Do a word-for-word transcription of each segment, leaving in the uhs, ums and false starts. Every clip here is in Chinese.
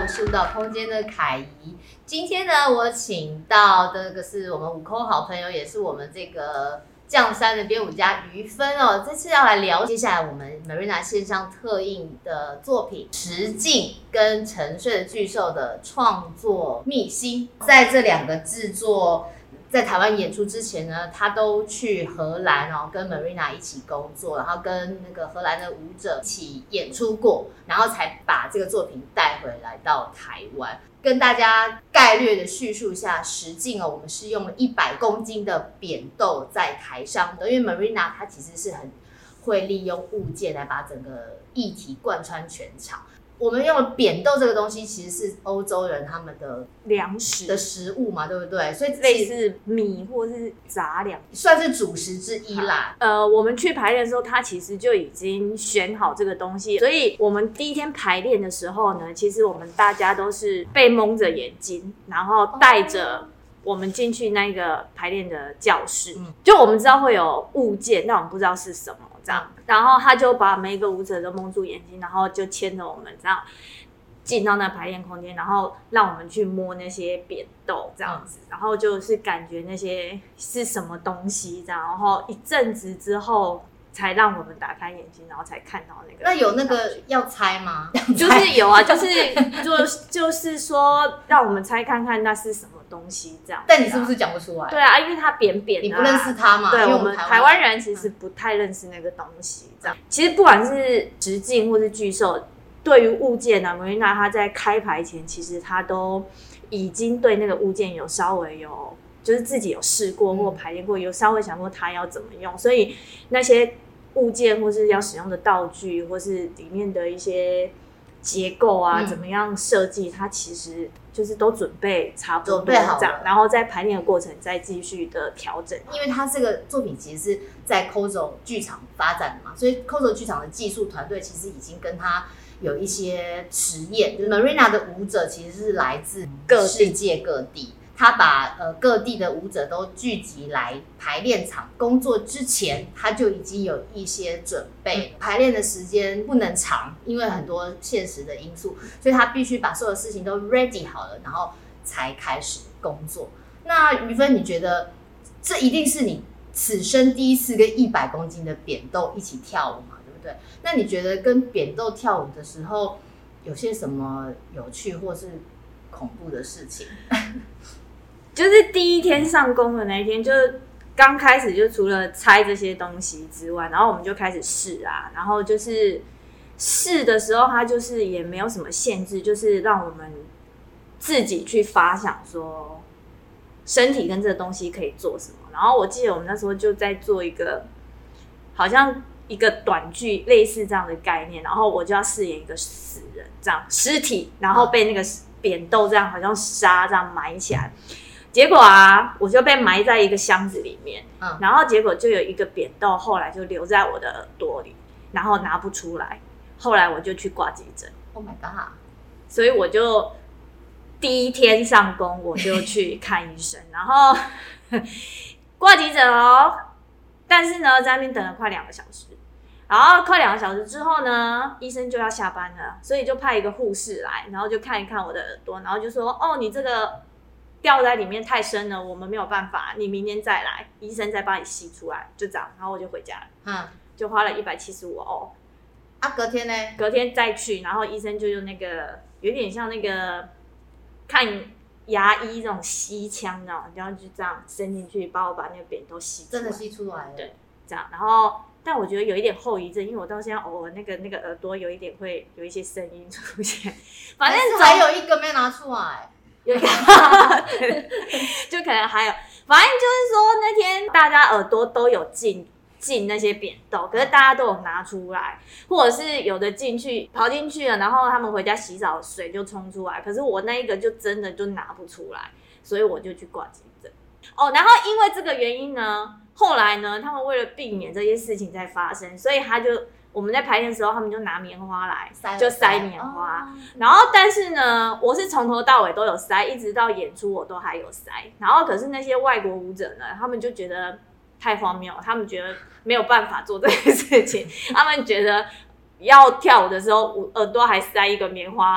是舞蹈空间的凯怡。今天呢，我请到的这个是我们舞空好朋友，也是我们这个降山的编舞家于芬哦。这次要来聊接下来我们 Marina 线上特映的作品《石镜》跟沉睡的巨兽的创作秘辛。在这两个制作在台湾演出之前呢，他都去荷兰哦，跟 Marina 一起工作，然后跟那个荷兰的舞者一起演出过，然后才把这个作品带回来到台湾。跟大家概略的叙述一下实境哦，我们是用了一百公斤的扁豆在台上的，因为 Marina 她其实是很会利用物件来把整个议题贯穿全场。我们用了扁豆这个东西，其实是欧洲人他们的粮食的食物嘛，对不对？所以类似米或是杂粮， 算是主食之一啦。 呃，我们去排练的时候，他其实就已经选好这个东西，所以我们第一天排练的时候呢，其实我们大家都是被蒙着眼睛，然后带着我们进去那个排练的教室，嗯、就我们知道会有物件，但我们不知道是什么。这样，然后他就把每一个舞者都蒙住眼睛，然后就牵着我们这样进到那排练空间，然后让我们去摸那些扁豆这样子，然后就是感觉那些是什么东西这样，然后一阵子之后才让我们打开眼睛，然后才看到那个。 那有那个要猜吗？ 就是有啊，就是就就是说让我们猜看看那是什么东西这样。 但你是不是讲不出来？ 对啊，因为它扁扁的、啊， 你不认识它嘛？ 对， 因为我们台湾人其实不太认识那个东西。这样，其实不管是石镜或是巨兽，对于物件啊 ，Marina 她在开排前，其实她都已经对那个物件有稍微有，就是自己有试过或排练过，有稍微想过她要怎么用，所以那些物件或是要使用的道具，或是里面的一些结构啊，嗯、怎么样设计，它其实就是都准备差不多这样，然后在排练的过程再继续的调整。 因为它这个作品其实是在 Kozo 剧场发展的嘛，所以 Kozo 剧场的技术团队其实已经跟他有一些实验。就是 Marina 的舞者其实是来自各世界各地。他把呃各地的舞者都聚集来排练场工作之前，他就已经有一些准备。排练的时间不能长，因为很多现实的因素，所以他必须把所有事情都 ready 好了，然后才开始工作。那于芬，你觉得这一定是你此生第一次跟一百公斤的扁豆一起跳舞嘛？对不对？那你觉得跟扁豆跳舞的时候，有些什么有趣或是恐怖的事情？ 就是第一天上工的那一天，就是刚开始就除了猜这些东西之外，然后我们就开始试啊，然后就是试的时候，它就是也没有什么限制，就是让我们自己去发想说身体跟这个东西可以做什么。然后我记得我们那时候就在做一个好像一个短剧类似这样的概念，然后我就要饰演一个死人这样尸体，然后被那个扁豆这样好像沙这样埋起来。结果啊，我就被埋在一个箱子里面，嗯、然后结果就有一个扁豆，后来就留在我的耳朵里，然后拿不出来。后来我就去挂急诊。 Oh my god！ 所以我就第一天上工，我就去看医生，然后挂急诊哦。但是呢，在那边等了快两个小时。然后快两个小时之后呢，医生就要下班了，所以就派一个护士来，然后就看一看我的耳朵，然后就说：“哦，你这个。”掉在里面太深了，我们没有办法，你明天再来，医生再帮你吸出来，就这样，然后我就回家了，嗯，就花了一百七十五欧。 啊，隔天呢？ 隔天再去，然后医生就用那个有点像那个看牙医这种吸枪，然后然后就这样伸进去，把我把那个扁都吸出来， 真的吸出来了， 对，这样，然后。但我觉得有一点后遗症，因为我到现在偶尔那个那个耳朵有一点会有一些声音出现，反正还有一个没拿出来。 有一个就可能还有，反正就是说那天大家耳朵都有进进那些扁豆，可是大家都有拿出来，或者是有的进去跑进去了，然后他们回家洗澡水就冲出来，可是我那一个就真的就拿不出来，所以我就去挂急诊。哦，然后因为这个原因呢，后来呢，他们为了避免这些事情再发生，所以他就。我们在排练的时候，他们就拿棉花来，就塞棉花。哦、然后，但是呢，我是从头到尾都有塞，一直到演出我都还有塞。然后，可是那些外国舞者呢，他们就觉得太荒谬了，他们觉得没有办法做这件事情，他们觉得要跳舞的时候，耳朵还塞一个棉花，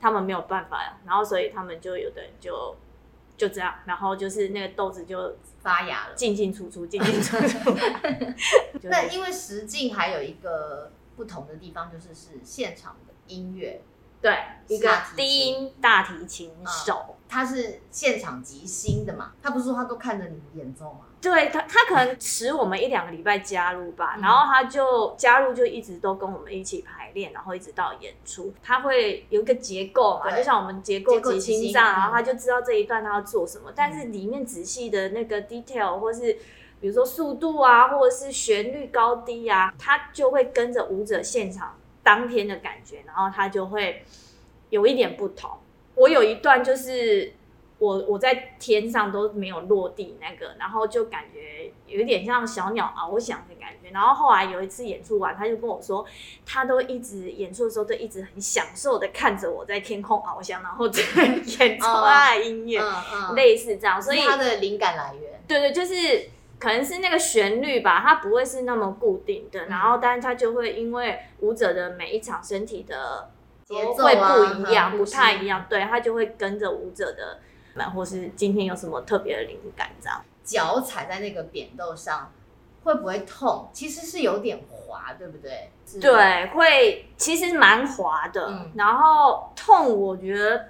他们没有办法，然后所以他们就有的人就就这样，然后就是那个豆子就发芽了， 进进出出，进进出出。 那因为实境还有一个不同的地方，就是是现场的音乐。 对，一个低音大提琴手、嗯， 他是现场即兴的嘛？他不是说他都看着你演奏吗？ 对他，他可能迟我们一两个礼拜加入吧，嗯、然后他就加入，就一直都跟我们一起排练，然后一直到演出。他会有一个结构嘛，就像我们结构即兴上，然后他就知道这一段他要做什么，嗯、但是里面仔细的那个 detail 或是比如说速度啊，或者是旋律高低啊，他就会跟着舞者现场当天的感觉，然后他就会有一点不同。我有一段就是我我在天上都没有落地那个，然后就感觉有一点像小鸟翱翔的感觉。然后后来有一次演出完，他就跟我说，他都一直演出的时候都一直很享受的看着我在天空翱翔，然后在演出他的音乐，嗯嗯、类似这样。所以他的灵感来源， 对对，就是。可能是那个旋律吧，它不会是那么固定的，嗯、然后但是它就会因为舞者的每一场身体的节奏会不一样，不太一样，对，它就会跟着舞者的，或是今天有什么特别的灵感这样。 脚踩在那个扁豆上会不会痛？其实是有点滑，对不对？ 对，会，其实蛮滑的，嗯、然后痛，我觉得。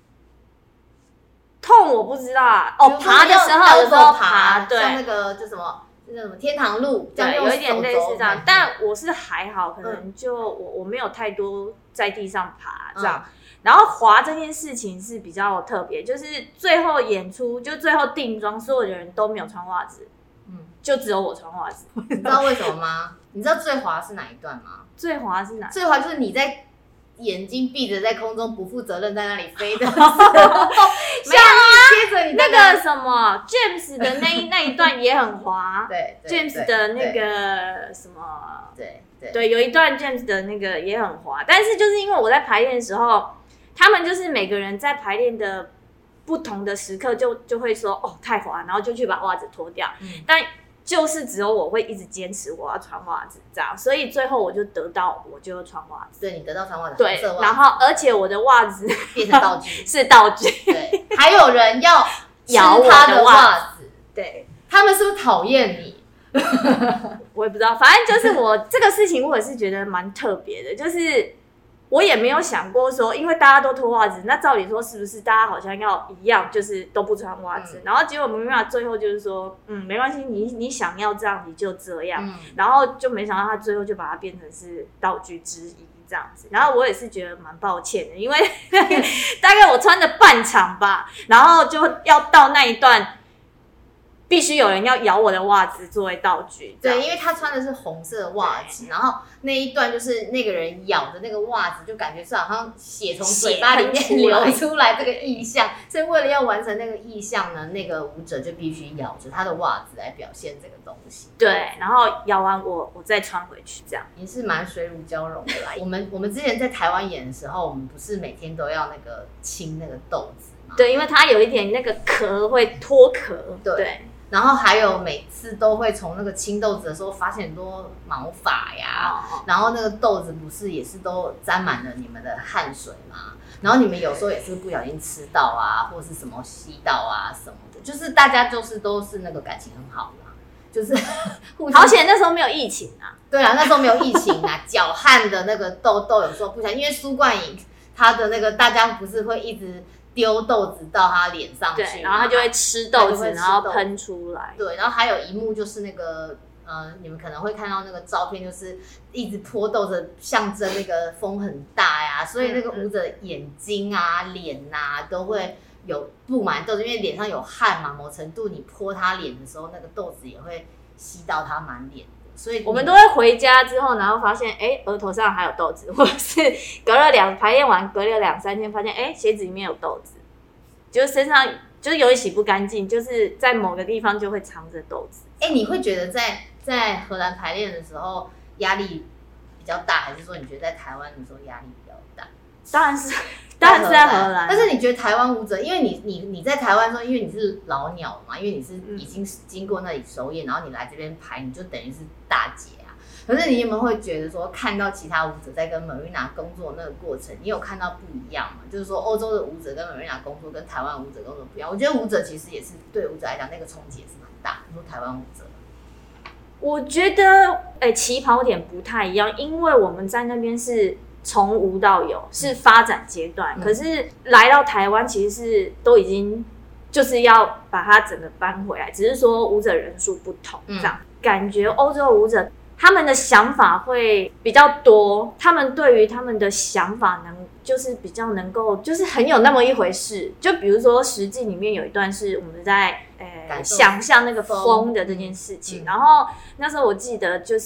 痛我不知道啊，哦，爬的时候有时候爬，对， 像那个就什么，那什么天堂路， 对，有一点类似这样。但我是还好，可能就、嗯、我我没有太多在地上爬这样。嗯、然后滑这件事情是比较特别，就是最后演出就最后定妆，所有的人都没有穿袜子，嗯，就只有我穿袜子。 你知道为什么吗？你知道最滑是哪一段吗？ 最滑是哪？ 最滑就是你在。眼睛闭着在空中不负责任在那里飞的时候，没有啊，接着你那个什么 James 的那一那一段也很滑， 对 ，James 的那个什么， 对对对，有一段 James 的那个也很滑，但是就是因为我在排练的时候，他们就是每个人在排练的不同的时刻就就会说哦太滑，然后就去把袜子脱掉，嗯、但。就是只有我会一直坚持我要穿袜子这样，所以最后我就得到我就穿袜子。 对，你得到穿袜子， 对，然后而且我的袜子变成道具， 是道具。 对，还有人要咬我的袜子， 对，他们是不是讨厌你？ 我也不知道，反正就是我这个事情，我也是觉得蛮特别的，就是我也没有想过说，因为大家都脱袜子，那照理说是不是大家好像要一样，就是都不穿袜子？嗯、然后结果没办法，最后就是说，嗯，没关系，你你想要这样，你就这样。嗯、然后就没想到他最后就把它变成是道具之一这样子。然后我也是觉得蛮抱歉的，因为大概我穿了半场吧，然后就要到那一段。必须有人要咬我的袜子作为道具， 对，因为他穿的是红色的袜子，然后那一段就是那个人咬的那个袜子，就感觉是好像血从嘴巴里面流出来这个意象，所以为了要完成那个意象呢，那个舞者就必须咬着他的袜子来表现这个东西。 对，然后咬完我，我再穿回去，这样也是蛮水乳交融的啦。我们我们之前在台湾演的时候，我们不是每天都要那个清那个豆子吗？ 对，因为它有一点那个壳会脱壳，对。对然后还有每次都会从那个清豆子的时候发现很多毛发呀，哦、然后那个豆子不是也是都沾满了你们的汗水嘛？然后你们有时候也是不小心吃到啊，或是什么吸到啊什么的，就是大家就是都是那个感情很好嘛，就是好险那时候没有疫情啊。 对啊，那时候没有疫情啊，搅汗的那个豆豆有时候不小心，因为苏冠颖他的那个大家不是会一直。丢豆子到他脸上去， 对，然后他就会吃豆子，然后喷出来。 对，然后还有一幕就是那个，呃，你们可能会看到那个照片，就是一直泼豆子，象征那个风很大呀，所以那个舞者眼睛啊、脸啊都会有布满豆子，因为脸上有汗嘛，某程度你泼他脸的时候，那个豆子也会吸到他满脸。所以我们都会回家之后，然后发现，哎，额头上还有豆子，或者是隔了两排练完，隔了两三天，发现，哎，鞋子里面有豆子，就是身上就是有点洗不干净，就是在某个地方就会藏着豆子。 哎，你会觉得在在荷兰排练的时候压力比较大，还是说你觉得在台湾的时候压力比较大？ 当然是。当然是在荷兰， 但是你觉得台湾舞者，因为你你你在台湾的时候，因为你是老鸟嘛，因为你是已经经过那里熟演，然后你来这边排，你就等于是大姐啊， 可是你有没有会觉得说，看到其他舞者在跟 Marina 工作那个过程，你有看到不一样吗？就是说，欧洲的舞者跟 Marina 工作跟台湾舞者工作不一样。我觉得舞者其实也是对舞者来讲，那个冲击也是蛮大。你说台湾舞者， 我觉得，哎、欸，起跑点不太一样，因为我们在那边是从无到有，是发展阶段。嗯、可是来到台湾，其实是都已经就是要把它整个搬回来，只是说舞者人数不同，这样、嗯、感觉欧洲舞者他们的想法会比较多，他们对于他们的想法能就是比较能够就是很有那么一回事。就比如说实际里面有一段是我们在呃想象那个风的这件事情，嗯、然后那时候我记得就是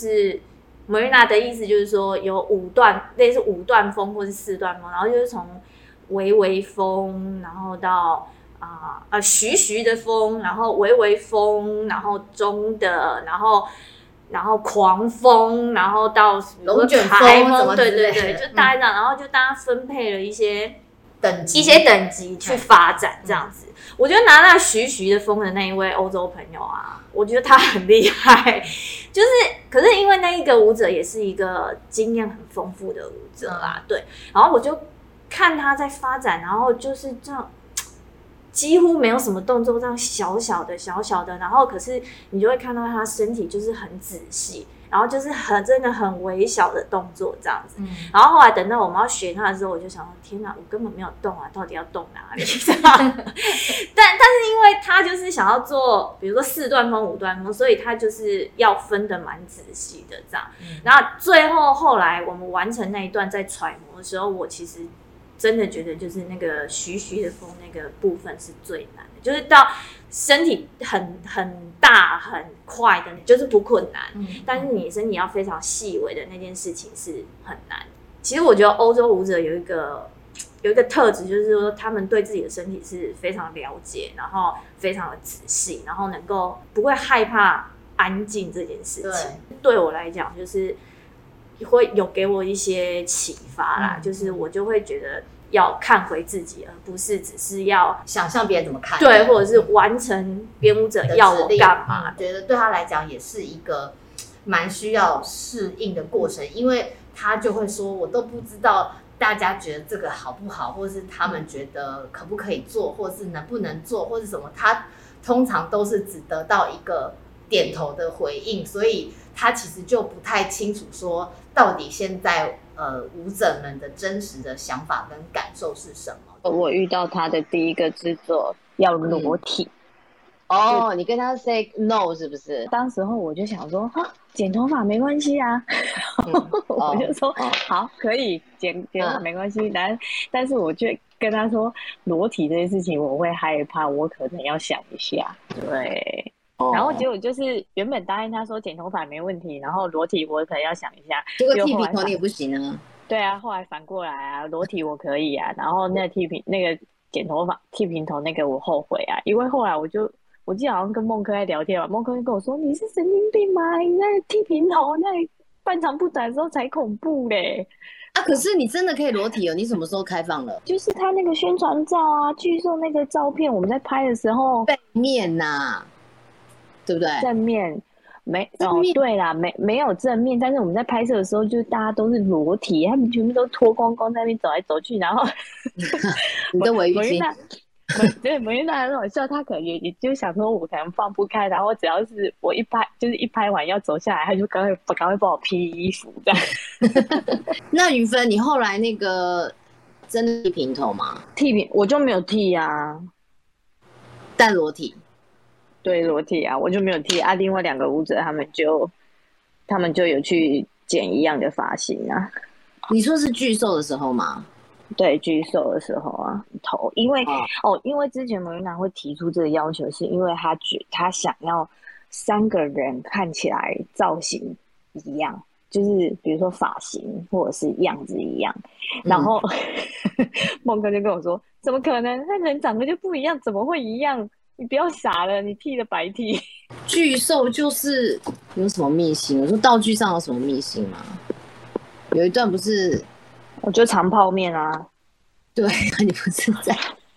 Marina 的意思就是说有五段类似五段风或是四段风，然后就是从微微风，然后到啊呃徐徐的风，然后微微风，然后中的，然后。然后狂风，然后到龙卷风什么对对对，就大概这样，嗯、然后就大家分配了一些等级， 一些等级去发展这样子。嗯、我觉得拿那徐徐的风的那一位欧洲朋友啊，我觉得他很厉害，就是可是因为那一个舞者也是一个经验很丰富的舞者啦，嗯、对，然后我就看他在发展，然后就是这样。几乎没有什么动作，这样小小的小小的，然后可是你就会看到他身体就是很仔细，然后就是很真的很微小的动作这样子。嗯、然后后来等到我们要学他的时候，我就想说天哪，我根本没有动啊，到底要动哪里？但但是因为他就是想要做，比如说四段风、五段风，所以他就是要分得蛮仔细的这样。嗯、然后最后后来我们完成那一段在揣摩的时候，我其实。真的觉得就是那个徐徐的风那个部分是最难的，就是到身体很很大很快的，就是不困难，嗯、但是你身体要非常细微的那件事情是很难。其实我觉得欧洲舞者有一个有一个特质，就是说他们对自己的身体是非常了解，然后非常的仔细，然后能够不会害怕安静这件事情。对，对我来讲就是。会有给我一些启发啦，嗯、就是我就会觉得要看回自己，而不是只是要想象别人怎么看， 对，或者是完成编舞者要我干嘛、 嗯。觉得对他来讲也是一个蛮需要适应的过程，因为他就会说，我都不知道大家觉得这个好不好，或是他们觉得可不可以做，或是能不能做，或是什么，他通常都是只得到一个点头的回应，所以他其实就不太清楚说。到底现在呃舞者们的真实的想法跟感受是什么？ 我遇到他的第一个制作要裸体、 嗯、哦，你跟他 say no 是不是？ 当时候我就想说，啊，剪头发没关系啊，嗯、我就说、哦、好，可以剪剪头发没关系，但、嗯、但是我就跟他说，裸体这件事情我会害怕，我可能要想一下，对。然后结果就是原本答应他说剪头发没问题，然后裸体我可能要想一下， 结果剃平头你也不行啊。 对啊，后来反过来啊，裸体我可以啊，然后那剃平那个剪头发剃平头那个我后悔啊，因为后来我就我记得好像跟孟科在聊天嘛，孟科跟我说你是神经病吗？你那剃平头那半长不短的时候才恐怖嘞。 啊！可是你真的可以裸体哦？你什么时候开放了？ 就是他那个宣传照啊，据说那个照片我们在拍的时候背面呐、啊。对不对？ 正面没哦，对啦，没没有正面，但是我们在拍摄的时候，就大家都是裸体，他们全部都脱光光在那边走来走去，然后你的围巾， 对，梅云娜很好笑，他可能也也就想说，我可能放不开，然后只要是我一拍，就是一拍完要走下来，他就赶快赶快帮我披衣服这样。 那云芬，你后来那个真的剃平头吗？ 剃平我就没有剃啊， 但裸体。 对，裸体啊，我就没有剃啊。另外两个舞者他们就他们就有去剪一样的发型啊。 你说是巨兽的时候吗？ 对，巨兽的时候啊，头因为 哦, 哦，因为之前Marina会提出这个要求，是因为他觉他想要三个人看起来造型一样，就是比如说发型或者是样子一样。然后孟哥就跟我说，怎么可能？那人长得就不一样，怎么会一样？你不要傻了，你剃了白剃。 巨兽就是有什么秘辛？我说道具上有什么秘辛吗？有一段不是， 我就长泡面啊。 对，你不是在，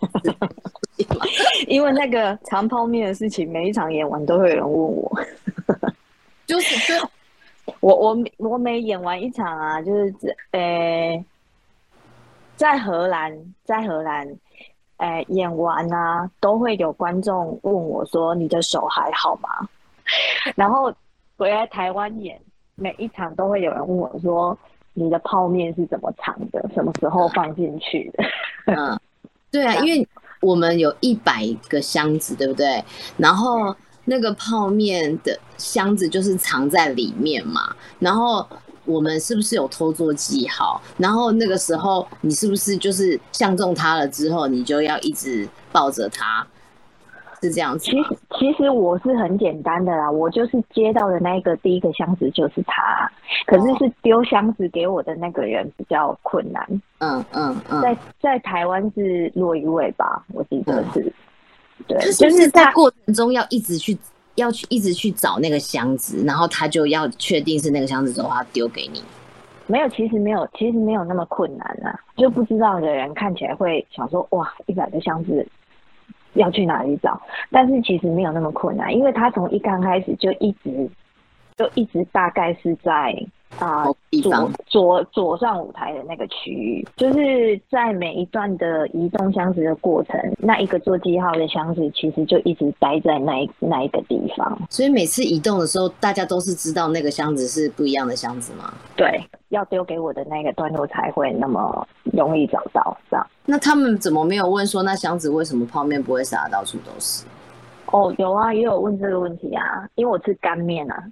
因为那个长泡面的事情，每一场演完都会有人问我。 就是就我我我每演完一场啊，就是呃，在荷兰，在荷兰，呃，演完啊，都会有观众问我说：“你的手还好吗？”然后回来台湾演，每一场都会有人问我说：“你的泡面是怎么藏的？什么时候放进去的？” 嗯，对啊，因为我们有一百个箱子，对不对？然后那个泡面的箱子就是藏在里面嘛，然后我们是不是有偷做记号？然后那个时候你是不是就是相中它了之后，你就要一直抱着它，是这样子吗？ 其实其实我是很简单的啦，我就是接到的那一个第一个箱子就是他，可是是丢箱子给我的那个人比较困难。 嗯嗯嗯， 在在台湾是骆一位吧，我记得是。嗯、对， 他是不是在过程中要一直去要去一直去找那个箱子，然后他就要确定是那个箱子之后，他丢给你？ 没有，其实没有，其实没有那么困难啊。就不知道的人看起来会想说，哇，一百个箱子要去哪里找？但是其实没有那么困难，因为他从一刚开始就一直就一直大概是在啊、呃、左左左上舞台的那个区域，就是在每一段的移动箱子的过程，那一个做记号的箱子其实就一直待在那一那一个地方。 所以每次移动的时候，大家都是知道那个箱子是不一样的箱子吗？ 对，要丢给我的那个段落才会那么容易找到这样。 那他们怎么没有问说那箱子为什么泡面不会洒到处都是？ 哦，有啊，也有问这个问题啊，因为我吃干面啊。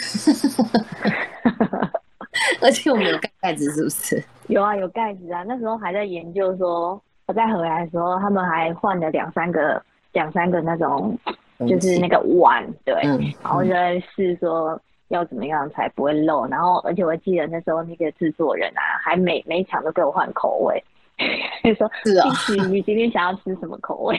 而且我们有盖盖子是不是？ 有啊，有盖子啊。那时候还在研究说，我在回来的时候，他们还换了两三个两三个那种，就是那个碗，对，嗯、然后就在试说要怎么样才不会漏。然后，而且我记得那时候那个制作人啊，还每每一场都给我换口味，就说是啊，你今天想要吃什么口味？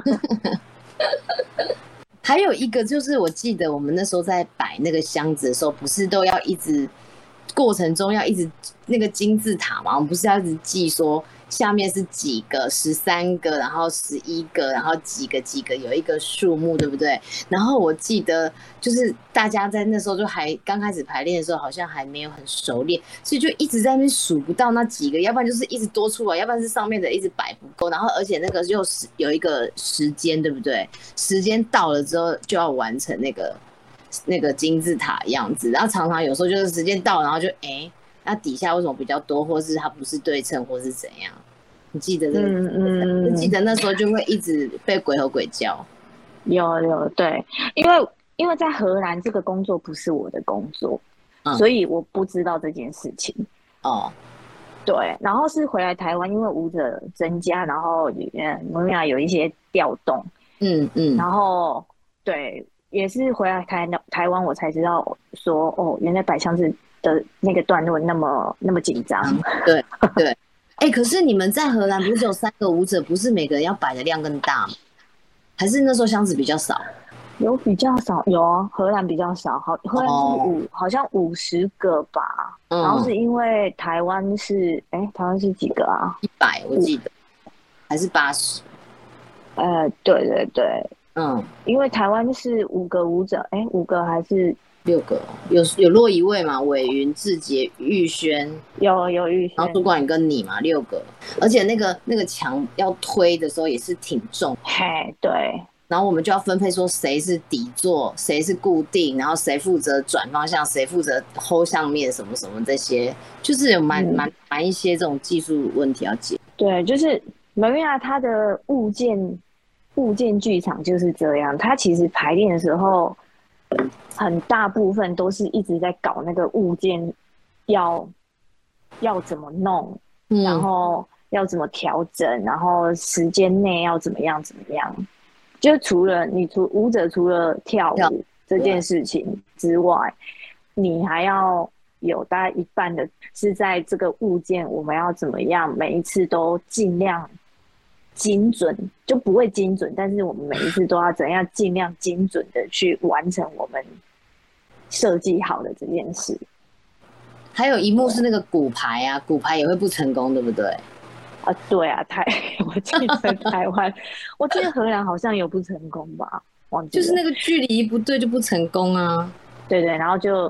还有一个就是我记得我们那时候在摆那个箱子的时候，不是都要一直过程中要一直那个金字塔嘛，我们不是要一直记说下面是几个，十三个，然后十一个，然后几个几个，有一个数目，对不对？然后我记得就是大家在那时候就还刚开始排练的时候，好像还没有很熟练，所以就一直在那边数不到那几个，要不然就是一直多出来，要不然是上面的一直摆不够，然后而且那个又有一个时间，对不对？时间到了之后就要完成那个那个金字塔样子，然后常常有时候就是时间到，然后就哎。欸那底下为什么比较多，或是它不是对称，或是怎样？你记得这个？嗯嗯，记得那时候就会一直被鬼吼鬼叫。 有有对，因为因为在荷兰这个工作不是我的工作，嗯、所以我不知道这件事情。哦，对，然后是回来台湾，因为舞者增加，然后呃，蒙雅有一些调动，嗯嗯，然后对，也是回来台台湾，我才知道说，哦，原来摆箱子的那个段落那么那么紧张， 对对，哎、欸，可是你们在荷兰不是只有三个舞者，不是每个人要摆的量更大吗？还是那时候箱子比较少？ 有比较少，有啊，荷兰比较少，好，荷兰是五、哦，好像五十个吧、嗯。然后是因为台湾是，哎、欸，台湾是几个啊？ 一百，我记得，还是八十？ 呃，对对对，嗯，因为台湾是五个舞者，哎、欸，五个还是？ 六个，有有骆一位嘛？伟云、志杰、玉轩， 有有玉轩， 然后主管跟你嘛，六个。而且那个那个墙要推的时候也是挺重， 嘿，对。 然后我们就要分配说谁是底座，谁是固定，然后谁负责转方向，谁负责 hold 上面什么什么这些，就是有蛮蛮蛮一些这种技术问题要解。 对，就是 Marina 它的物件物件剧场就是这样，它其实排练的时候。很大部分都是一直在搞那个物件要要怎么弄、嗯，然后要怎么调整，然后时间内要怎么样怎么样。就除了你除舞者除了跳舞这件事情之外，你还要有大概一半的是在这个物件我们要怎么样，每一次都尽量。精准就不会精准，但是我们每一次都要怎样尽量精准的去完成我们设计好的这件事。 还有一幕是那个骨牌啊，骨牌也会不成功，对不对？ 啊，对啊，台我记得台湾，我记得荷兰好像有不成功吧，忘记了。就是那个距离不对就不成功啊。 对对，然后就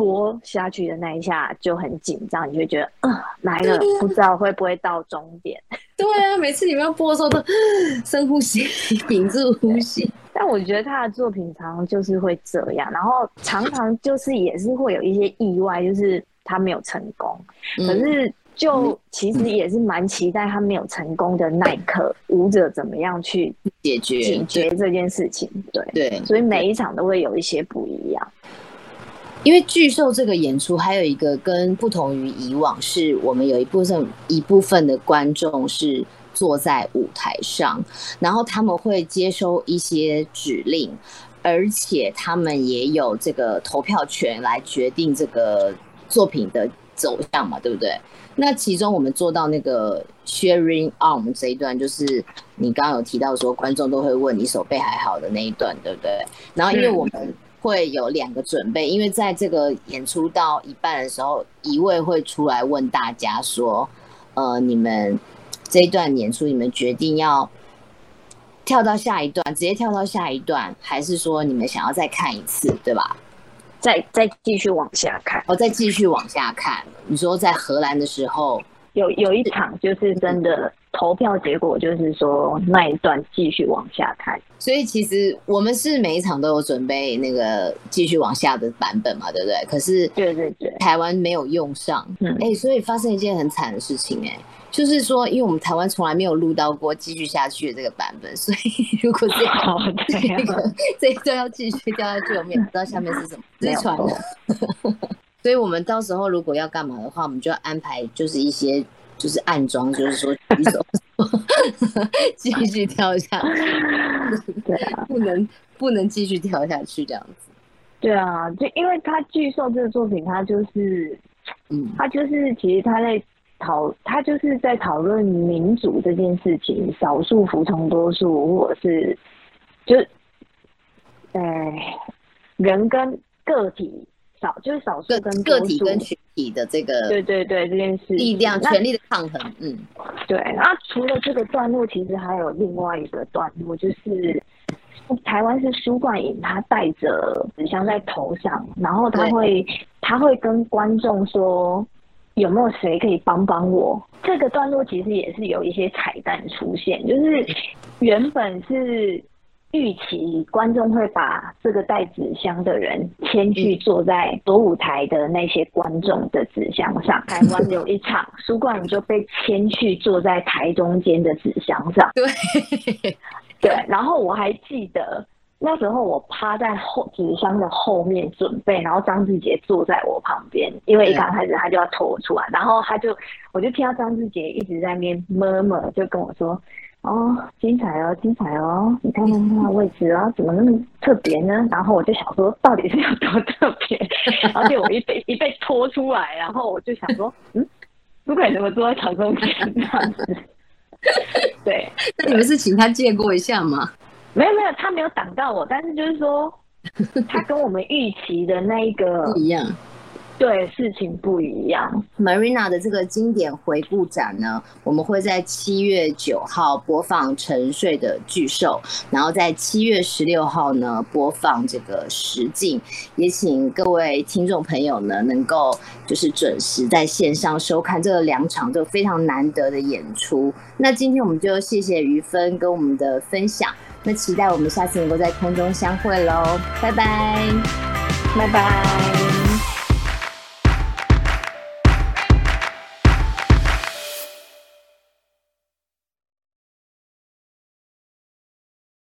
播下去的那一下就很紧张，你就会觉得啊、呃、来了，不知道会不会到终点。 对啊，每次你们要播的时候都深呼吸，屏住呼吸。 但我觉得他的作品常常就是会这样，然后常常就是也是会有一些意外，就是他没有成功，嗯、可是就其实也是蛮期待他没有成功的那一刻，舞者怎么样去解决解决这件事情。对对， 所以每一场都会有一些不一样。 因为巨兽这个演出还有一个跟不同于以往，是我们有一部分一部分的观众是坐在舞台上，然后他们会接收一些指令，而且他们也有这个投票权来决定这个作品的走向嘛，对不对？那其中我们做到那个 sharing arm 这一段，就是你刚刚有提到说观众都会问你手背还好的那一段，对不对？然后因为我们会有两个准备，因为在这个演出到一半的时候，一位会出来问大家说，呃，你们这一段演出，你们决定要跳到下一段，直接跳到下一段，还是说你们想要再看一次，对吧？ 再再继续往下看， 哦，再继续往下看。你说在荷兰的时候， 有有一场就是真的投票结果，就是说那一段继续往下看。 所以其实我们是每一场都有准备那个继续往下的版本嘛，对不对？可是对对对， 台湾没有用上，嗯，哎、欸，所以发生一件很惨的事情、欸，哎。就是说，因为我们台湾从来没有录到过继续下去的这个版本，所以如果这样、oh, 这个这一段要继续掉下去，我们也不知道下面是什么失传的。所以我们到时候如果要干嘛的话，我们就要安排就是一些就是暗装，就是说举手继续跳下去，对啊，不能不能继续跳下去这样子。 对啊，就因为他巨兽这个作品，他就是嗯，他就是其实他在。讨他就是在讨论民主这件事情，少数服从多数，或者是就呃人跟个体少就是少数跟个体跟群体的这个对对对这件事力量权力的抗衡，嗯， 对。然后除了这个段落，其实还有另外一个段落，就是台湾是苏冠颖，他戴着纸箱在头上，然后他会他会跟观众说。有没有谁可以帮帮我？这个段落其实也是有一些彩蛋出现，就是原本是预期观众会把这个带纸箱的人牵去坐在左舞台的那些观众的纸箱上。台湾有一场，苏冠颖就被牵去坐在台中间的纸箱上。 对， 对。然后我还记得。那时候我趴在后纸箱的后面准备，然后张志杰坐在我旁边，因为一刚开始他就要拖我出来，然后他就我就听到张志杰一直在那边 murmur， 就跟我说：“哦，精彩哦，精彩哦，你看看他的位置哦，怎么那么特别呢？”然后我就想说，到底是有多特别？而且我一被一被拖出来，然后我就想说，嗯，不可能怎么坐在场中间这样子？对， 那你们是请他借过一下吗？ 没有没有，他没有挡到我，但是就是说，他跟我们预期的那一个不一样， 对，事情不一样。 Marina 的这个经典回顾展呢，我们会在七月九号播放沉睡的巨兽，然后在七月十六号呢播放这个实境，也请各位听众朋友呢能够就是准时在线上收看这两场就非常难得的演出。那今天我们就谢谢于芬跟我们的分享。那期待我们下次能够在空中相会喽，拜拜， 拜拜。